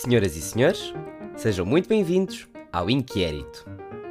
Senhoras e senhores, sejam muito bem-vindos ao Inquérito.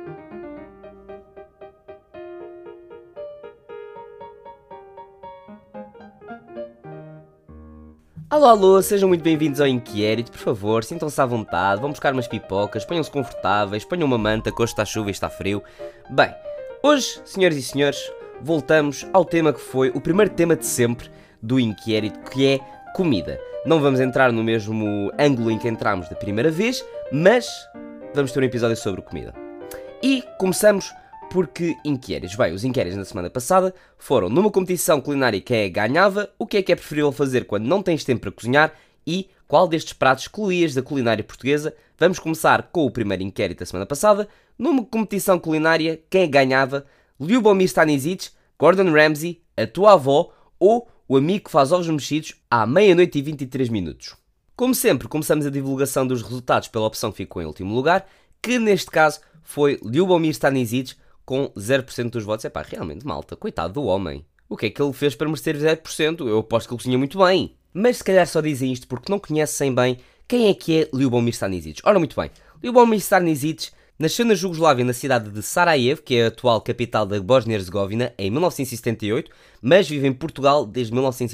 Alô, alô, sejam muito bem-vindos ao Inquérito, por favor, sintam-se à vontade, vão buscar umas pipocas, ponham-se confortáveis, ponham uma manta, que hoje está chuva e está frio. Bem, hoje, senhoras e senhores, voltamos ao tema que foi o primeiro tema de sempre do Inquérito, que é comida. Não vamos entrar no mesmo ângulo em que entramos da primeira vez, mas vamos ter um episódio sobre comida. E começamos porque inquéritos. Bem, os inquéritos na semana passada foram numa competição culinária quem é que ganhava, o que é preferível fazer quando não tens tempo para cozinhar e qual destes pratos excluías da culinária portuguesa. Vamos começar com o primeiro inquérito da semana passada. Numa competição culinária, quem é que ganhava? Lyubomir Stanisic, Gordon Ramsay, a tua avó ou o amigo que faz ovos mexidos à meia-noite e 23 minutos. Como sempre, começamos a divulgação dos resultados pela opção que ficou em último lugar, que neste caso foi Lyubomir Stanisic com 0% dos votos. Epá, realmente, malta, coitado do homem. O que é que ele fez para merecer 0%? Eu aposto que ele cozinha muito bem. Mas se calhar só dizem isto porque não conhecem bem quem é que é Lyubomir Stanisic. Ora, muito bem, Lyubomir Stanisic nasceu na Jugoslávia, na cidade de Sarajevo, que é a atual capital da Bósnia-Herzegovina, em 1978, mas vive em Portugal desde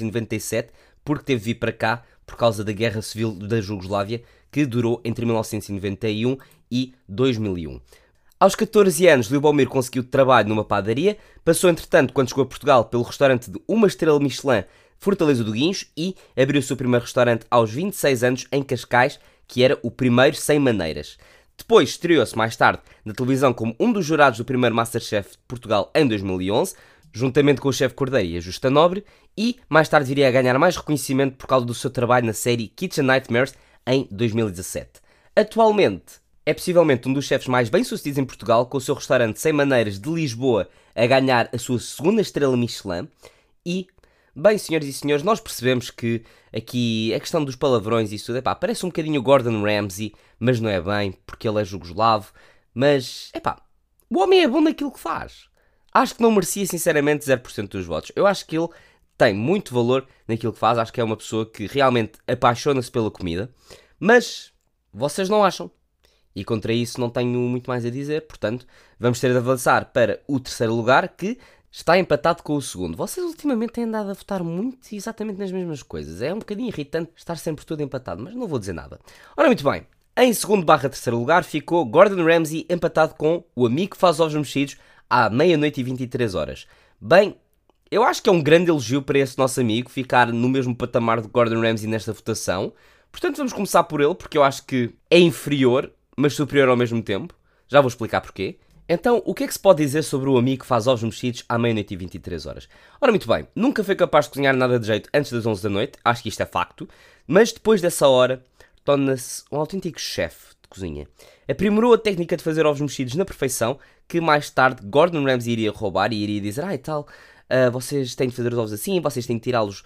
1997, porque teve de vir para cá por causa da Guerra Civil da Jugoslávia, que durou entre 1991 e 2001. Aos 14 anos, Lyubomir conseguiu trabalho numa padaria, passou entretanto, quando chegou a Portugal, pelo restaurante de uma estrela Michelin, Fortaleza do Guincho, e abriu o seu primeiro restaurante aos 26 anos em Cascais, que era o primeiro sem maneiras. Depois estreou-se mais tarde na televisão como um dos jurados do primeiro Masterchef de Portugal em 2011, juntamente com o chefe Cordeiro e a Justa Nobre, e mais tarde viria a ganhar mais reconhecimento por causa do seu trabalho na série Kitchen Nightmares em 2017. Atualmente é possivelmente um dos chefes mais bem-sucedidos em Portugal, com o seu restaurante Sem Maneiras de Lisboa a ganhar a sua segunda estrela Michelin. E, bem, senhoras e senhores, nós percebemos que aqui a questão dos palavrões e isso tudo, epá, parece um bocadinho o Gordon Ramsay, mas não é bem, porque ele é jugoslavo. Mas, epá, o homem é bom naquilo que faz. Acho que não merecia, sinceramente, 0% dos votos. Eu acho que ele tem muito valor naquilo que faz, acho que é uma pessoa que realmente apaixona-se pela comida, mas vocês não acham. E contra isso não tenho muito mais a dizer, portanto, vamos ter de avançar para o terceiro lugar, que está empatado com o segundo. Vocês ultimamente têm andado a votar muito exatamente nas mesmas coisas. É um bocadinho irritante estar sempre tudo empatado, mas não vou dizer nada. Ora, muito bem. Em segundo barra terceiro lugar ficou Gordon Ramsay empatado com o amigo que faz ovos mexidos à meia-noite e 23 horas. Bem, eu acho que é um grande elogio para esse nosso amigo ficar no mesmo patamar de Gordon Ramsay nesta votação. Portanto, vamos começar por ele, porque eu acho que é inferior, mas superior ao mesmo tempo. Já vou explicar porquê. Então, o que é que se pode dizer sobre o amigo que faz ovos mexidos à meia-noite e 23 horas? Ora, muito bem, nunca foi capaz de cozinhar nada de jeito antes das 11 da noite, acho que isto é facto, mas depois dessa hora, torna-se um autêntico chefe de cozinha. Aprimorou a técnica de fazer ovos mexidos na perfeição, que mais tarde Gordon Ramsay iria roubar e iria dizer, e tal, vocês têm de fazer os ovos assim, vocês têm de tirá-los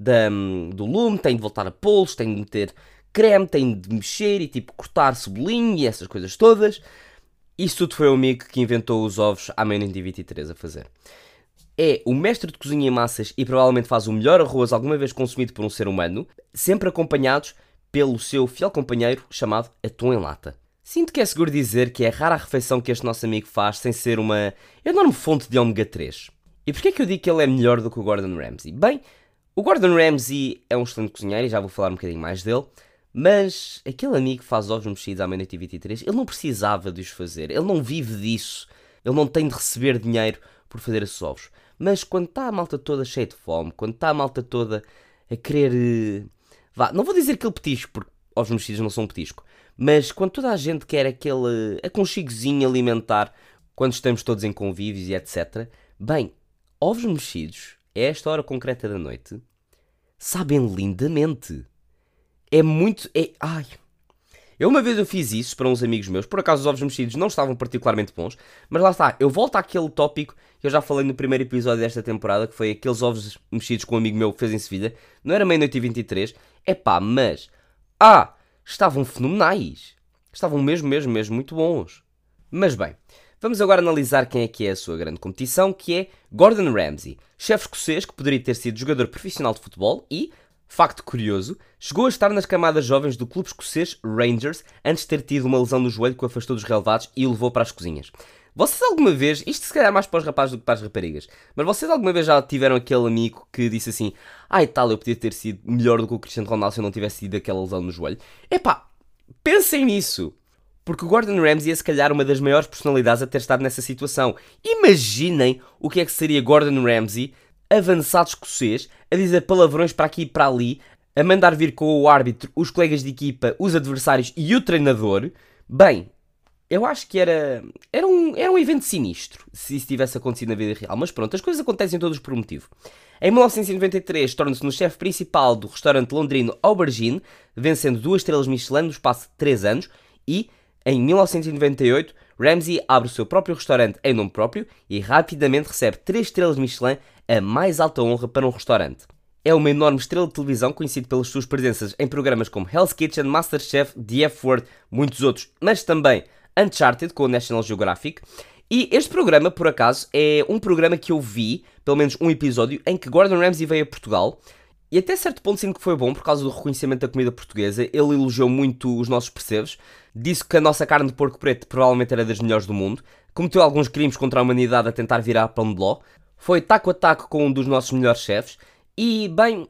do lume, têm de voltar a pô-los, têm de meter creme, têm de mexer e tipo cortar cebolinho e essas coisas todas. Isso tudo foi o amigo que inventou os ovos à meia-noite e 23 a fazer. É o mestre de cozinha em massas e provavelmente faz o melhor arroz alguma vez consumido por um ser humano, sempre acompanhados pelo seu fiel companheiro chamado atum em lata. Sinto que é seguro dizer que é rara a refeição que este nosso amigo faz sem ser uma enorme fonte de ômega 3. E porquê é que eu digo que ele é melhor do que o Gordon Ramsay? Bem, o Gordon Ramsay é um excelente cozinheiro e já vou falar um bocadinho mais dele. Mas aquele amigo que faz ovos mexidos à meia-noite e 23, ele não precisava de os fazer. Ele não vive disso. Ele não tem de receber dinheiro por fazer esses ovos. Mas quando está a malta toda cheia de fome, quando está a malta toda a querer... não vou dizer aquele petisco, porque ovos mexidos não são um petisco. Mas quando toda a gente quer aquele aconchegozinho alimentar, quando estamos todos em convívios e etc. Bem, ovos mexidos, a esta hora concreta da noite, sabem lindamente. É muito... Eu uma vez eu fiz isso para uns amigos meus. Por acaso os ovos mexidos não estavam particularmente bons. Mas lá está, eu volto àquele tópico que eu já falei no primeiro episódio desta temporada, que foi aqueles ovos mexidos que um amigo meu fez em Sevilha. Não era meia-noite e 23. Mas... estavam fenomenais. Estavam mesmo muito bons. Mas bem, vamos agora analisar quem é que é a sua grande competição, que é Gordon Ramsay. Chefe escocês que poderia ter sido jogador profissional de futebol e... Facto curioso, chegou a estar nas camadas jovens do clube escocês Rangers antes de ter tido uma lesão no joelho que o afastou dos relevados e o levou para as cozinhas. Vocês alguma vez, isto se calhar mais para os rapazes do que para as raparigas, mas vocês alguma vez já tiveram aquele amigo que disse assim: ai tal, eu podia ter sido melhor do que o Cristiano Ronaldo se eu não tivesse tido aquela lesão no joelho? Epá, pensem nisso! Porque o Gordon Ramsay é se calhar uma das maiores personalidades a ter estado nessa situação. Imaginem o que é que seria Gordon Ramsay, avançado escocês, a dizer palavrões para aqui e para ali, a mandar vir com o árbitro, os colegas de equipa, os adversários e o treinador. Bem, eu acho que era um evento sinistro se isso tivesse acontecido na vida real. Mas pronto, as coisas acontecem todas por um motivo. Em 1993 torna-se no chefe principal do restaurante londrino Aubergine, vencendo 2 estrelas Michelin no espaço de 3 anos e... Em 1998, Ramsay abre o seu próprio restaurante em nome próprio e rapidamente recebe 3 estrelas Michelin, a mais alta honra para um restaurante. É uma enorme estrela de televisão conhecido pelas suas presenças em programas como Hell's Kitchen, MasterChef, The F-Word, muitos outros, mas também Uncharted com o National Geographic. E este programa, por acaso, é um programa que eu vi, pelo menos um episódio, em que Gordon Ramsay veio a Portugal. E até certo ponto sinto que foi bom por causa do reconhecimento da comida portuguesa. Ele elogiou muito os nossos percebes. Disse que a nossa carne de porco preto provavelmente era das melhores do mundo. Cometeu alguns crimes contra a humanidade a tentar virar pão de ló. Foi taco a taco com um dos nossos melhores chefes. E, bem,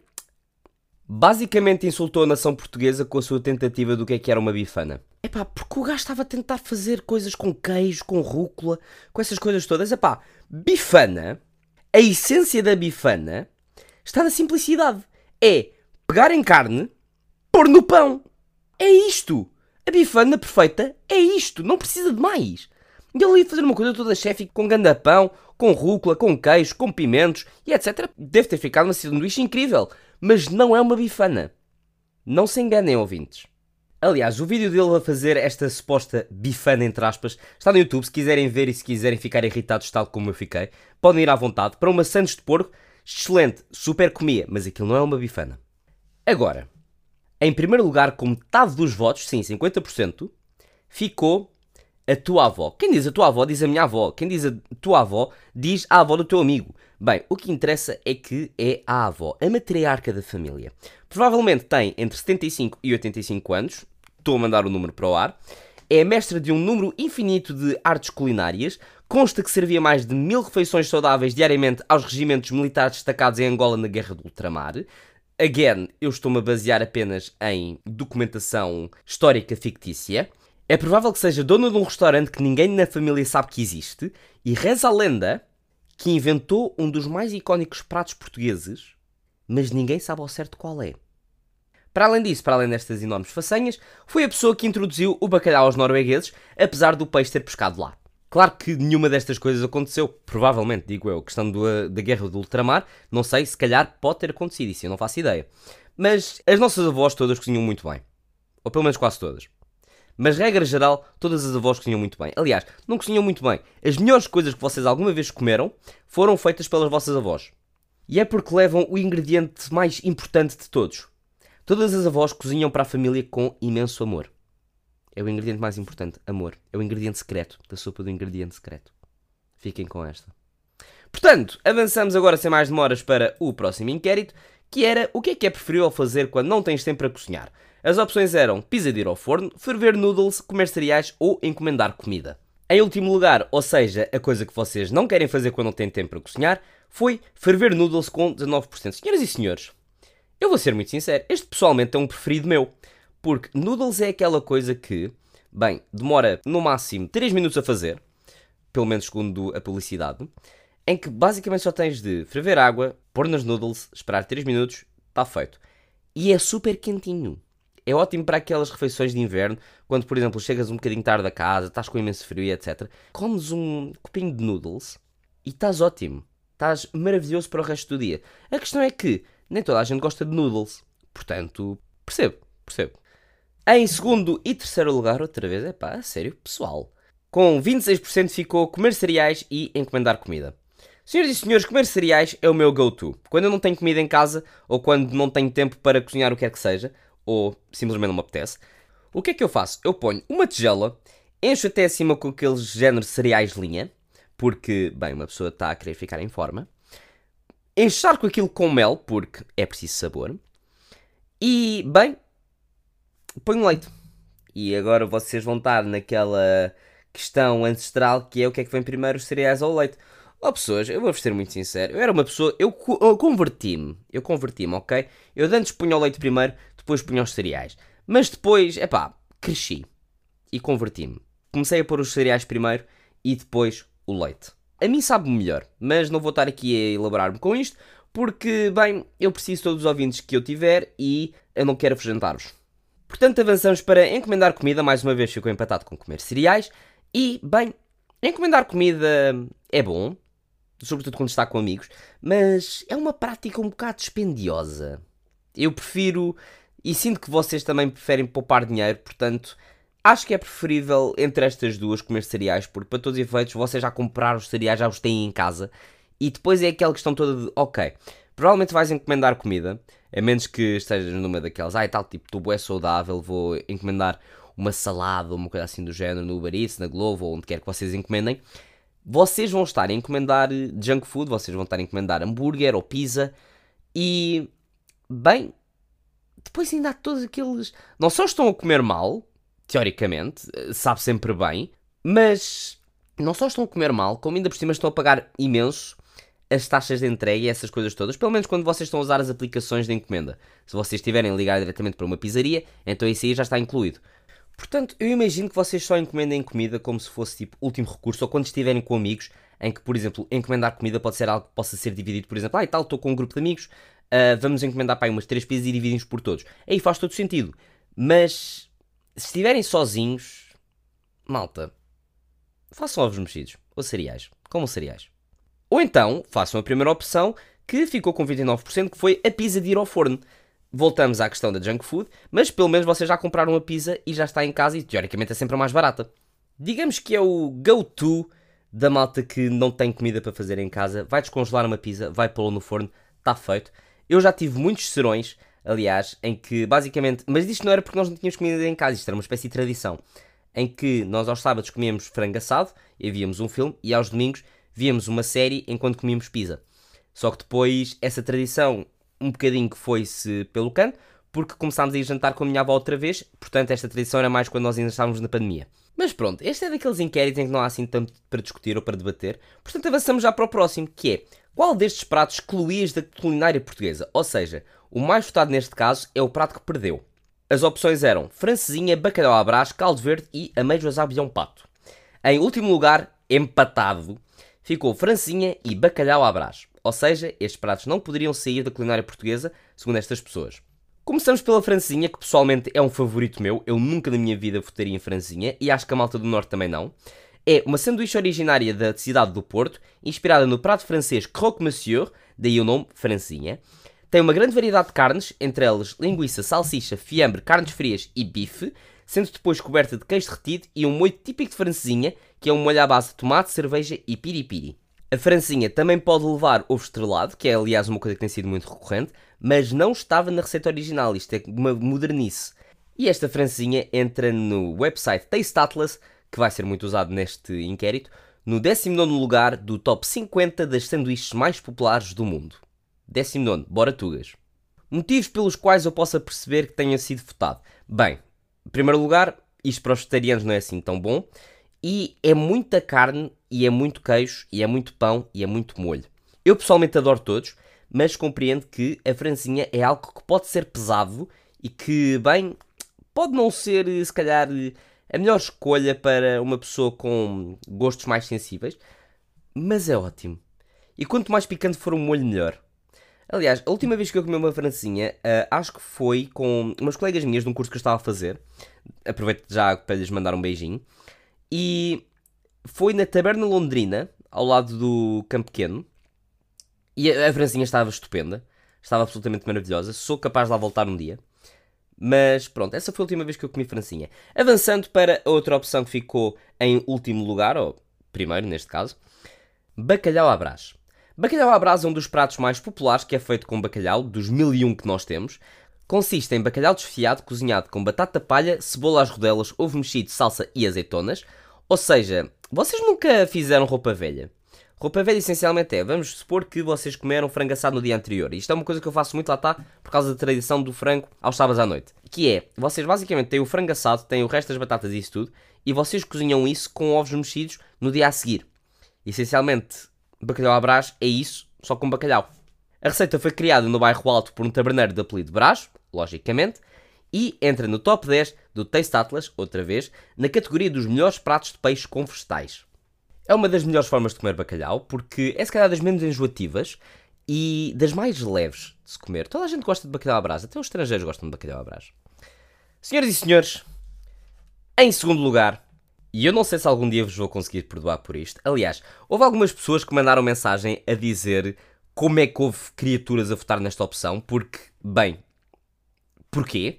basicamente insultou a nação portuguesa com a sua tentativa do que era uma bifana. Epá, porque o gajo estava a tentar fazer coisas com queijo, com rúcula, com essas coisas todas. Epá, bifana, a essência da bifana... está na simplicidade. É pegar em carne, pôr no pão. É isto. A bifana perfeita é isto. Não precisa de mais. E ele ia fazer uma coisa toda chefe com gandapão, com rúcula, com queijo, com pimentos e etc. Deve ter ficado uma sanduíche incrível. Mas não é uma bifana. Não se enganem, ouvintes. Aliás, o vídeo dele a fazer esta suposta bifana, entre aspas, está no YouTube. Se quiserem ver e se quiserem ficar irritados tal como eu fiquei, podem ir à vontade para uma sandes de porco. Excelente, super comia, mas aquilo não é uma bifana. Agora, em primeiro lugar, com metade dos votos, sim, 50%, ficou a tua avó. Quem diz a tua avó diz a minha avó. Quem diz a tua avó diz a avó do teu amigo. Bem, o que interessa é que é a avó, a matriarca da família. Provavelmente tem entre 75 e 85 anos, estou a mandar o número para o ar, é mestra de um número infinito de artes culinárias, consta que servia mais de 1000 refeições saudáveis diariamente aos regimentos militares destacados em Angola na Guerra do Ultramar. Again, eu estou-me a basear apenas em documentação histórica fictícia. É provável que seja dona de um restaurante que ninguém na família sabe que existe e reza a lenda que inventou um dos mais icónicos pratos portugueses, mas ninguém sabe ao certo qual é. Para além disso, para além destas enormes façanhas, foi a pessoa que introduziu o bacalhau aos noruegueses, apesar do peixe ter pescado lá. Claro que nenhuma destas coisas aconteceu, provavelmente, digo eu, a questão da Guerra do Ultramar, não sei, se calhar pode ter acontecido, isso eu não faço ideia. Mas as nossas avós todas cozinham muito bem. Ou pelo menos quase todas. Mas, regra geral, todas as avós cozinham muito bem. Aliás, não cozinham muito bem. As melhores coisas que vocês alguma vez comeram foram feitas pelas vossas avós. E é porque levam o ingrediente mais importante de todos. Todas as avós cozinham para a família com imenso amor. É o ingrediente mais importante, amor. É o ingrediente secreto da sopa do ingrediente secreto. Fiquem com esta. Portanto, avançamos agora sem mais demoras para o próximo inquérito, que era o que é preferível fazer quando não tens tempo para cozinhar. As opções eram pisadeiro ao forno, ferver noodles, comer cereais ou encomendar comida. Em último lugar, ou seja, a coisa que vocês não querem fazer quando não têm tempo para cozinhar, foi ferver noodles com 19%. Senhoras e senhores, eu vou ser muito sincero, este pessoalmente é um preferido meu. Porque noodles é aquela coisa que, bem, demora no máximo 3 minutos a fazer, pelo menos segundo a publicidade, em que basicamente só tens de ferver água, pôr nas noodles, esperar 3 minutos, está feito. E é super quentinho. É ótimo para aquelas refeições de inverno, quando, por exemplo, chegas um bocadinho tarde a casa, estás com imenso frio e etc. Comes um copinho de noodles e estás ótimo. Estás maravilhoso para o resto do dia. A questão é que nem toda a gente gosta de noodles. Portanto, percebo. Em segundo e terceiro lugar, outra vez, a sério, pessoal. Com 26% ficou comer cereais e encomendar comida. Senhoras e senhores, comer cereais é o meu go-to. Quando eu não tenho comida em casa, ou quando não tenho tempo para cozinhar o que quer que seja, ou simplesmente não me apetece, o que é que eu faço? Eu ponho uma tigela, encho até acima com aqueles géneros de cereais de linha, porque, bem, uma pessoa está a querer ficar em forma. Encharco aquilo com mel, porque é preciso sabor. E, bem, ponho leite. E agora vocês vão estar naquela questão ancestral que é o que é que vem primeiro, os cereais ou o leite. Ó pessoas, eu vou-vos ser muito sincero, eu era uma pessoa, eu converti-me, ok? Eu de antes punha o leite primeiro, depois punha os cereais. Mas depois, cresci e converti-me. Comecei a pôr os cereais primeiro e depois o leite. A mim sabe melhor, mas não vou estar aqui a elaborar-me com isto, porque, bem, eu preciso de todos os ouvintes que eu tiver e eu não quero afugentar-vos. Portanto, avançamos para encomendar comida. Mais uma vez ficou empatado com comer cereais. E, bem, encomendar comida é bom, sobretudo quando está com amigos, mas é uma prática um bocado dispendiosa. Eu prefiro, e sinto que vocês também preferem poupar dinheiro, portanto, acho que é preferível entre estas duas comer cereais, porque para todos os efeitos vocês já compraram os cereais, já os têm em casa, e depois é aquela questão toda de, ok, provavelmente vais encomendar comida, a menos que estejas numa daquelas, e tal, tipo, tu é saudável, vou encomendar uma salada ou uma coisa assim do género no Uber Eats, na Glovo ou onde quer que vocês encomendem. Vocês vão estar a encomendar junk food, vocês vão estar a encomendar hambúrguer ou pizza e, bem, depois ainda há todos aqueles... Não só estão a comer mal, teoricamente, sabe sempre bem, mas não só estão a comer mal, como ainda por cima estão a pagar imenso as taxas de entrega e essas coisas todas, pelo menos quando vocês estão a usar as aplicações de encomenda. Se vocês estiverem a ligar diretamente para uma pizzaria, então isso aí já está incluído. Portanto, eu imagino que vocês só encomendem comida como se fosse tipo último recurso, ou quando estiverem com amigos, em que, por exemplo, encomendar comida pode ser algo que possa ser dividido, por exemplo, e tal, estou com um grupo de amigos, vamos encomendar para aí umas 3 pizzas e dividimos por todos. Aí faz todo sentido. Mas, se estiverem sozinhos, malta, façam ovos mexidos, ou cereais, como cereais. Ou então, façam a primeira opção, que ficou com 29%, que foi a pizza de ir ao forno. Voltamos à questão da junk food, mas pelo menos vocês já compraram a pizza e já está em casa e teoricamente é sempre a mais barata. Digamos que é o go-to da malta que não tem comida para fazer em casa, vai descongelar uma pizza, vai pô-la no forno, está feito. Eu já tive muitos serões, aliás, em que basicamente, mas isto não era porque nós não tínhamos comida em casa, isto era uma espécie de tradição, em que nós aos sábados comíamos frango assado e víamos um filme e aos domingos víamos uma série enquanto comíamos pizza. Só que depois essa tradição um bocadinho que foi-se pelo canto, porque começámos a ir jantar com a minha avó outra vez, portanto esta tradição era mais quando nós ainda estávamos na pandemia. Mas pronto, este é daqueles inquéritos em que não há assim tanto para discutir ou para debater, portanto avançamos já para o próximo, que é, qual destes pratos excluías da culinária portuguesa? Ou seja, o mais votado neste caso é o prato que perdeu. As opções eram francesinha, bacalhau à brás, caldo verde e amêijoas à abelhão pato. Em último lugar, empatado, ficou francesinha e bacalhau à brás. Ou seja, estes pratos não poderiam sair da culinária portuguesa, segundo estas pessoas. Começamos pela francesinha, que pessoalmente é um favorito meu. Eu nunca na minha vida votaria em francesinha, e acho que a malta do Norte também não. É uma sanduíche originária da cidade do Porto, inspirada no prato francês Croque Monsieur, daí o nome francesinha. Tem uma grande variedade de carnes, entre elas linguiça, salsicha, fiambre, carnes frias e bife, sendo depois coberta de queijo derretido e um molho típico de francesinha, que é um molho à base de tomate, cerveja e piripiri. A francesinha também pode levar ovo estrelado, que é aliás uma coisa que tem sido muito recorrente, mas não estava na receita original, isto é uma modernice. E esta francesinha entra no website Taste Atlas, que vai ser muito usado neste inquérito, no 19º lugar do top 50 das sanduíches mais populares do mundo. 19º, bora tugas. Motivos pelos quais eu possa perceber que tenha sido votado. Bem, em primeiro lugar, isto para os vegetarianos não é assim tão bom, e é muita carne, e é muito queijo, e é muito pão, e é muito molho. Eu pessoalmente adoro todos, mas compreendo que a francesinha é algo que pode ser pesado e que, bem, pode não ser, se calhar, a melhor escolha para uma pessoa com gostos mais sensíveis, mas é ótimo. E quanto mais picante for o molho, melhor. Aliás, a última vez que eu comi uma francesinha, acho que foi com umas colegas minhas de um curso que eu estava a fazer. Aproveito já para lhes mandar um beijinho. E foi na Taberna Londrina, ao lado do Campo Pequeno. E a francesinha estava estupenda. Estava absolutamente maravilhosa. Sou capaz de lá voltar um dia. Mas pronto, essa foi a última vez que eu comi francesinha. Avançando para a outra opção que ficou em último lugar, ou primeiro neste caso. Bacalhau à brás. Bacalhau à brás é um dos pratos mais populares que é feito com bacalhau, dos 1001 que nós temos. Consiste em bacalhau desfiado, cozinhado com batata palha, cebola às rodelas, ovo mexido, salsa e azeitonas. Ou seja, vocês nunca fizeram roupa velha? Roupa velha essencialmente vamos supor que vocês comeram frango assado no dia anterior. Isto é uma coisa que eu faço muito, lá está, por causa da tradição do frango aos sábados à noite. Que é, vocês basicamente têm o frango assado, têm o resto das batatas e isso tudo, e vocês cozinham isso com ovos mexidos no dia a seguir. Essencialmente, bacalhau à Brás é isso, só com bacalhau. A receita foi criada no bairro Alto por um taberneiro de apelido Brás, logicamente, e entra no top 10 do Taste Atlas, outra vez, na categoria dos melhores pratos de peixe com vegetais. É uma das melhores formas de comer bacalhau, porque é se calhar das menos enjoativas e das mais leves de se comer. Toda a gente gosta de bacalhau à Brás, até os estrangeiros gostam de bacalhau à Brás. Senhoras e senhores, em segundo lugar, e eu não sei se algum dia vos vou conseguir perdoar por isto, aliás, houve algumas pessoas que mandaram mensagem a dizer como é que houve criaturas a votar nesta opção, porque, bem, porquê?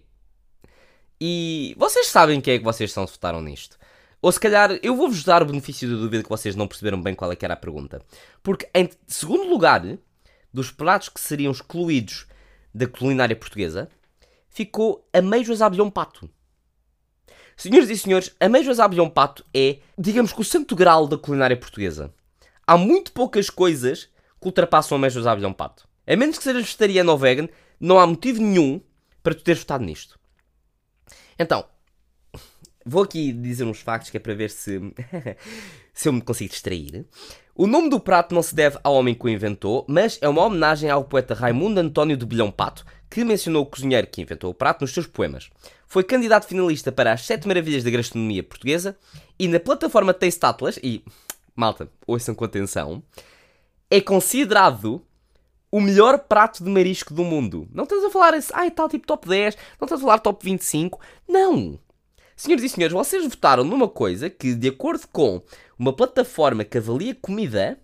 E vocês sabem quem é que vocês são se votaram nisto. Ou se calhar, eu vou-vos dar o benefício da dúvida que vocês não perceberam bem qual é que era a pergunta. Porque, em segundo lugar, dos pratos que seriam excluídos da culinária portuguesa, ficou ameijoas à abelhão pato. Senhoras e senhores, ameijoas à abelhão pato é, digamos que o santo grau da culinária portuguesa. Há muito poucas coisas que ultrapassam ameijoas à abelhão pato. A menos que sejas vegetariano ou vegan, não há motivo nenhum para tu teres votado nisto. Então, vou aqui dizer uns factos que é para ver se eu me consigo distrair. O nome do prato não se deve ao homem que o inventou, mas é uma homenagem ao poeta Raimundo António de Belhão Pato, que mencionou o cozinheiro que inventou o prato nos seus poemas. Foi candidato finalista para as 7 maravilhas da gastronomia portuguesa e na plataforma Taste Atlas, e, malta, ouçam com atenção, é considerado o melhor prato de marisco do mundo. Não estamos a falar assim, tal tipo top 10, não estamos a falar top 25, não! Senhoras e senhores, vocês votaram numa coisa que, de acordo com uma plataforma que avalia comida,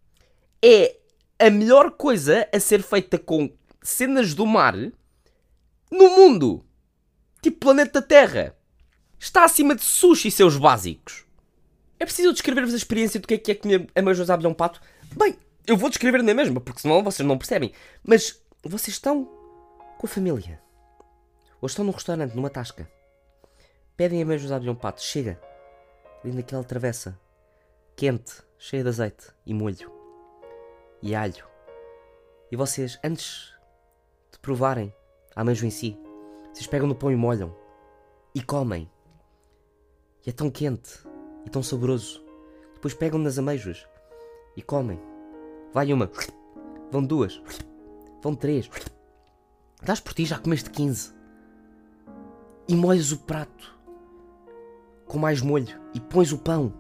é a melhor coisa a ser feita com cenas do mar no mundo. Tipo planeta Terra. Está acima de sushi e seus básicos. É preciso descrever-vos a experiência do que é comer ameijoas à abelhão pato? Bem, eu vou descrever na mesma, porque senão vocês não percebem. Mas vocês estão com a família. Ou estão num restaurante, numa tasca. Pedem ameijoas à abelhão pato. Chega. Ali naquela travessa. Quente. Cheia de azeite. E molho. E alho. E vocês, antes de provarem a ameijoa em si, vocês pegam no pão e molham. E comem. E é tão quente. E tão saboroso. Depois pegam nas ameijoas. E comem. Vai uma. Vão duas. Vão três. Dás por ti, já comeste 15. E molhas o prato com mais molho e pões o pão.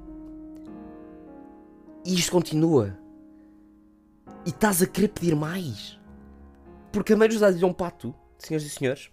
E isto continua. E estás a querer pedir mais. Porque ameijoas à abelhão pato, senhoras e senhores,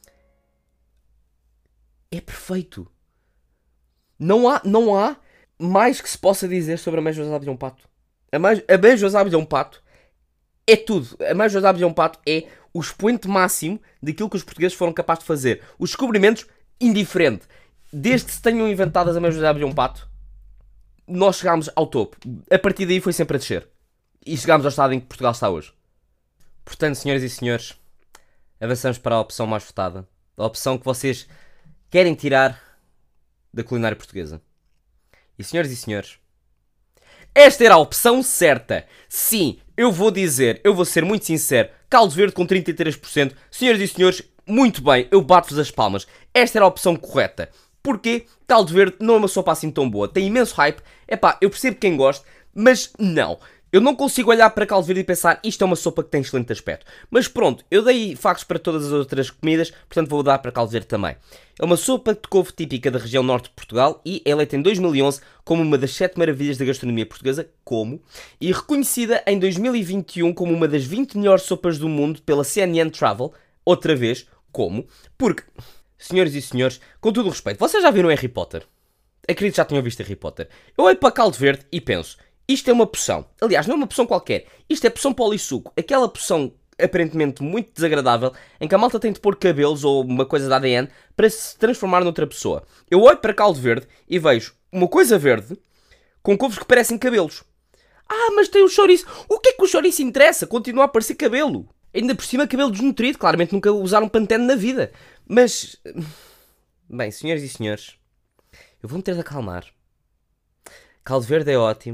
é perfeito. Não há mais que se possa dizer sobre ameijoas à abelhão pato. Ameijoas à abelhão pato é tudo. Ameijoas à abelhão pato é o expoente máximo daquilo que os portugueses foram capazes de fazer. Os descobrimentos, indiferente. Desde que se tenham inventado as ameijoas à abelhão pato, nós chegámos ao topo. A partir daí foi sempre a descer. E chegámos ao estado em que Portugal está hoje. Portanto, senhoras e senhores, avançamos para a opção mais votada. A opção que vocês querem tirar da culinária portuguesa. E senhoras e senhores, esta era a opção certa. Sim, eu vou ser muito sincero. Caldo verde com 33%. Senhoras e senhores, muito bem, eu bato-vos as palmas. Esta era a opção correta. Porquê? Caldo verde não é uma sopa assim tão boa. Tem imenso hype. Epá, eu percebo quem gosta, mas não. Eu não consigo olhar para caldo verde e pensar isto é uma sopa que tem excelente aspecto. Mas pronto, eu dei factos para todas as outras comidas, portanto vou dar para caldo verde também. É uma sopa de couve típica da região norte de Portugal e é eleita em 2011 como uma das 7 maravilhas da gastronomia portuguesa, e reconhecida em 2021 como uma das 20 melhores sopas do mundo pela CNN Travel, outra vez, porque, senhoras e senhores, com todo o respeito, vocês já viram Harry Potter? Acredito que já tinham visto Harry Potter. Eu olho para caldo verde e penso, isto é uma poção. Aliás, não é uma poção qualquer. Isto é poção polissuco. Aquela poção aparentemente muito desagradável em que a malta tem de pôr cabelos ou uma coisa de ADN para se transformar noutra pessoa. Eu olho para caldo verde e vejo uma coisa verde com couves que parecem cabelos. Ah, mas tem o chouriço. O que é que o chouriço interessa? Continua a parecer cabelo. Ainda por cima cabelo desnutrido. Claramente nunca usaram Pantene na vida. Mas... bem, senhoras e senhores, eu vou-me ter de acalmar. Caldo verde é ótimo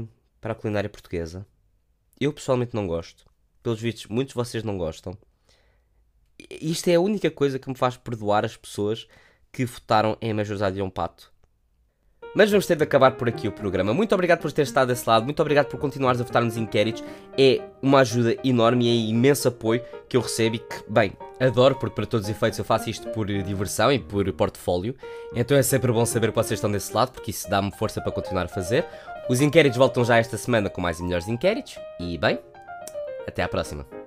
para a culinária portuguesa. Eu pessoalmente não gosto. Pelos vistos, muitos de vocês não gostam. Isto é a única coisa que me faz perdoar as pessoas que votaram em Majoridade de um Pato. Mas vamos ter de acabar por aqui o programa. Muito obrigado por ter estado desse lado, muito obrigado por continuares a votar nos inquéritos. É uma ajuda enorme e é imenso apoio que eu recebo e que, bem, adoro, porque para todos os efeitos eu faço isto por diversão e por portfólio. Então é sempre bom saber que vocês estão desse lado, porque isso dá-me força para continuar a fazer. Os inquéritos voltam já esta semana com mais e melhores inquéritos. E, bem, até à próxima.